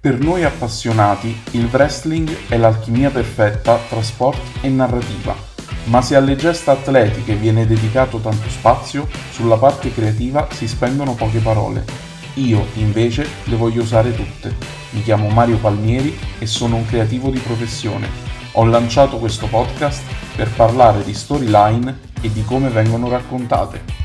Per noi appassionati, il wrestling è l'alchimia perfetta tra sport e narrativa, ma se alle gesta atletiche viene dedicato tanto spazio, sulla parte creativa si spendono poche parole. Io, invece, le voglio usare tutte. Mi chiamo Mario Palmieri e sono un creativo di professione. Ho lanciato questo podcast per parlare di storyline e di come vengono raccontate.